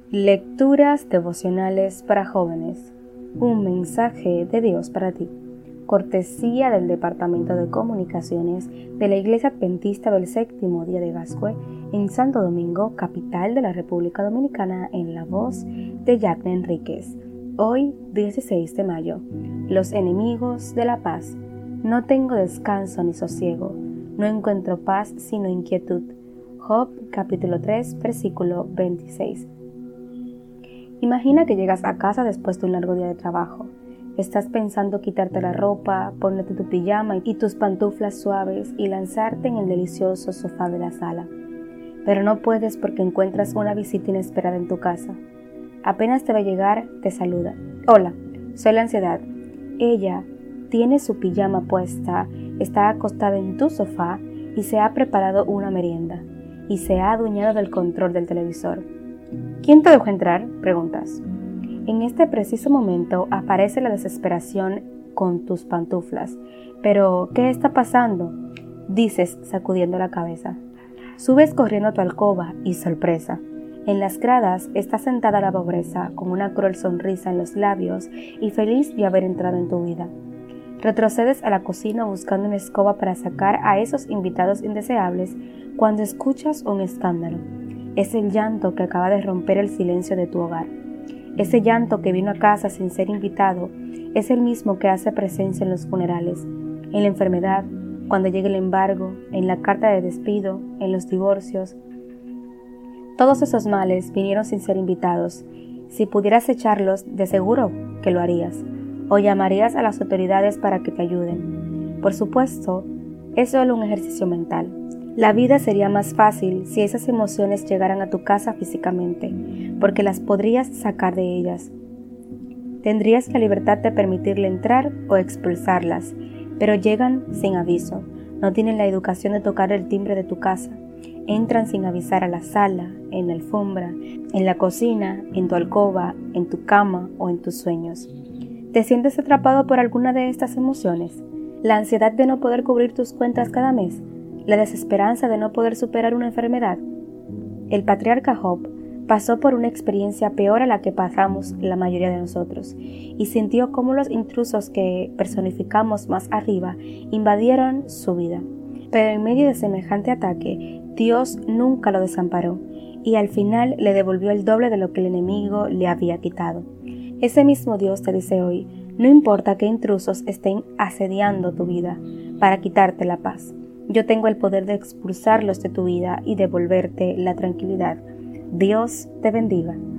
Lecturas devocionales para jóvenes. Un mensaje de Dios para ti. Cortesía del Departamento de Comunicaciones de la Iglesia Adventista del Séptimo Día de Gascue en Santo Domingo, capital de la República Dominicana, en la voz de Jacqueline Enríquez. Hoy, 16 de mayo. Los enemigos de la paz. No tengo descanso ni sosiego. No encuentro paz sino inquietud. Job, capítulo 3, versículo 26. Imagina que llegas a casa después de un largo día de trabajo. Estás pensando quitarte la ropa, ponerte tu pijama y tus pantuflas suaves y lanzarte en el delicioso sofá de la sala. Pero no puedes porque encuentras una visita inesperada en tu casa. Apenas te va a llegar, te saluda. Hola, soy la ansiedad. Ella tiene su pijama puesta, está acostada en tu sofá y se ha preparado una merienda. Y se ha adueñado del control del televisor. ¿Quién te dejó entrar?, preguntas. En este preciso momento aparece la desesperación con tus pantuflas. ¿Pero qué está pasando?, dices sacudiendo la cabeza. Subes corriendo a tu alcoba y sorpresa. En las gradas está sentada la pobreza con una cruel sonrisa en los labios y feliz de haber entrado en tu vida. Retrocedes a la cocina buscando una escoba para sacar a esos invitados indeseables cuando escuchas un escándalo. Es el llanto que acaba de romper el silencio de tu hogar. Ese llanto que vino a casa sin ser invitado es el mismo que hace presencia en los funerales, en la enfermedad, cuando llega el embargo, en la carta de despido, en los divorcios. Todos esos males vinieron sin ser invitados. Si pudieras echarlos, de seguro que lo harías, o llamarías a las autoridades para que te ayuden. Por supuesto, es solo un ejercicio mental. La vida sería más fácil si esas emociones llegaran a tu casa físicamente, porque las podrías sacar de ellas. Tendrías la libertad de permitirle entrar o expulsarlas, pero llegan sin aviso. No tienen la educación de tocar el timbre de tu casa. Entran sin avisar a la sala, en la alfombra, en la cocina, en tu alcoba, en tu cama o en tus sueños. ¿Te sientes atrapado por alguna de estas emociones? ¿La ansiedad de no poder cubrir tus cuentas cada mes? ¿La desesperanza de no poder superar una enfermedad? El patriarca Job pasó por una experiencia peor a la que pasamos la mayoría de nosotros y sintió cómo los intrusos que personificamos más arriba invadieron su vida. Pero en medio de semejante ataque, Dios nunca lo desamparó y al final le devolvió el doble de lo que el enemigo le había quitado. Ese mismo Dios te dice hoy, no importa qué intrusos estén asediando tu vida para quitarte la paz. Yo tengo el poder de expulsarlos de tu vida y devolverte la tranquilidad. Dios te bendiga.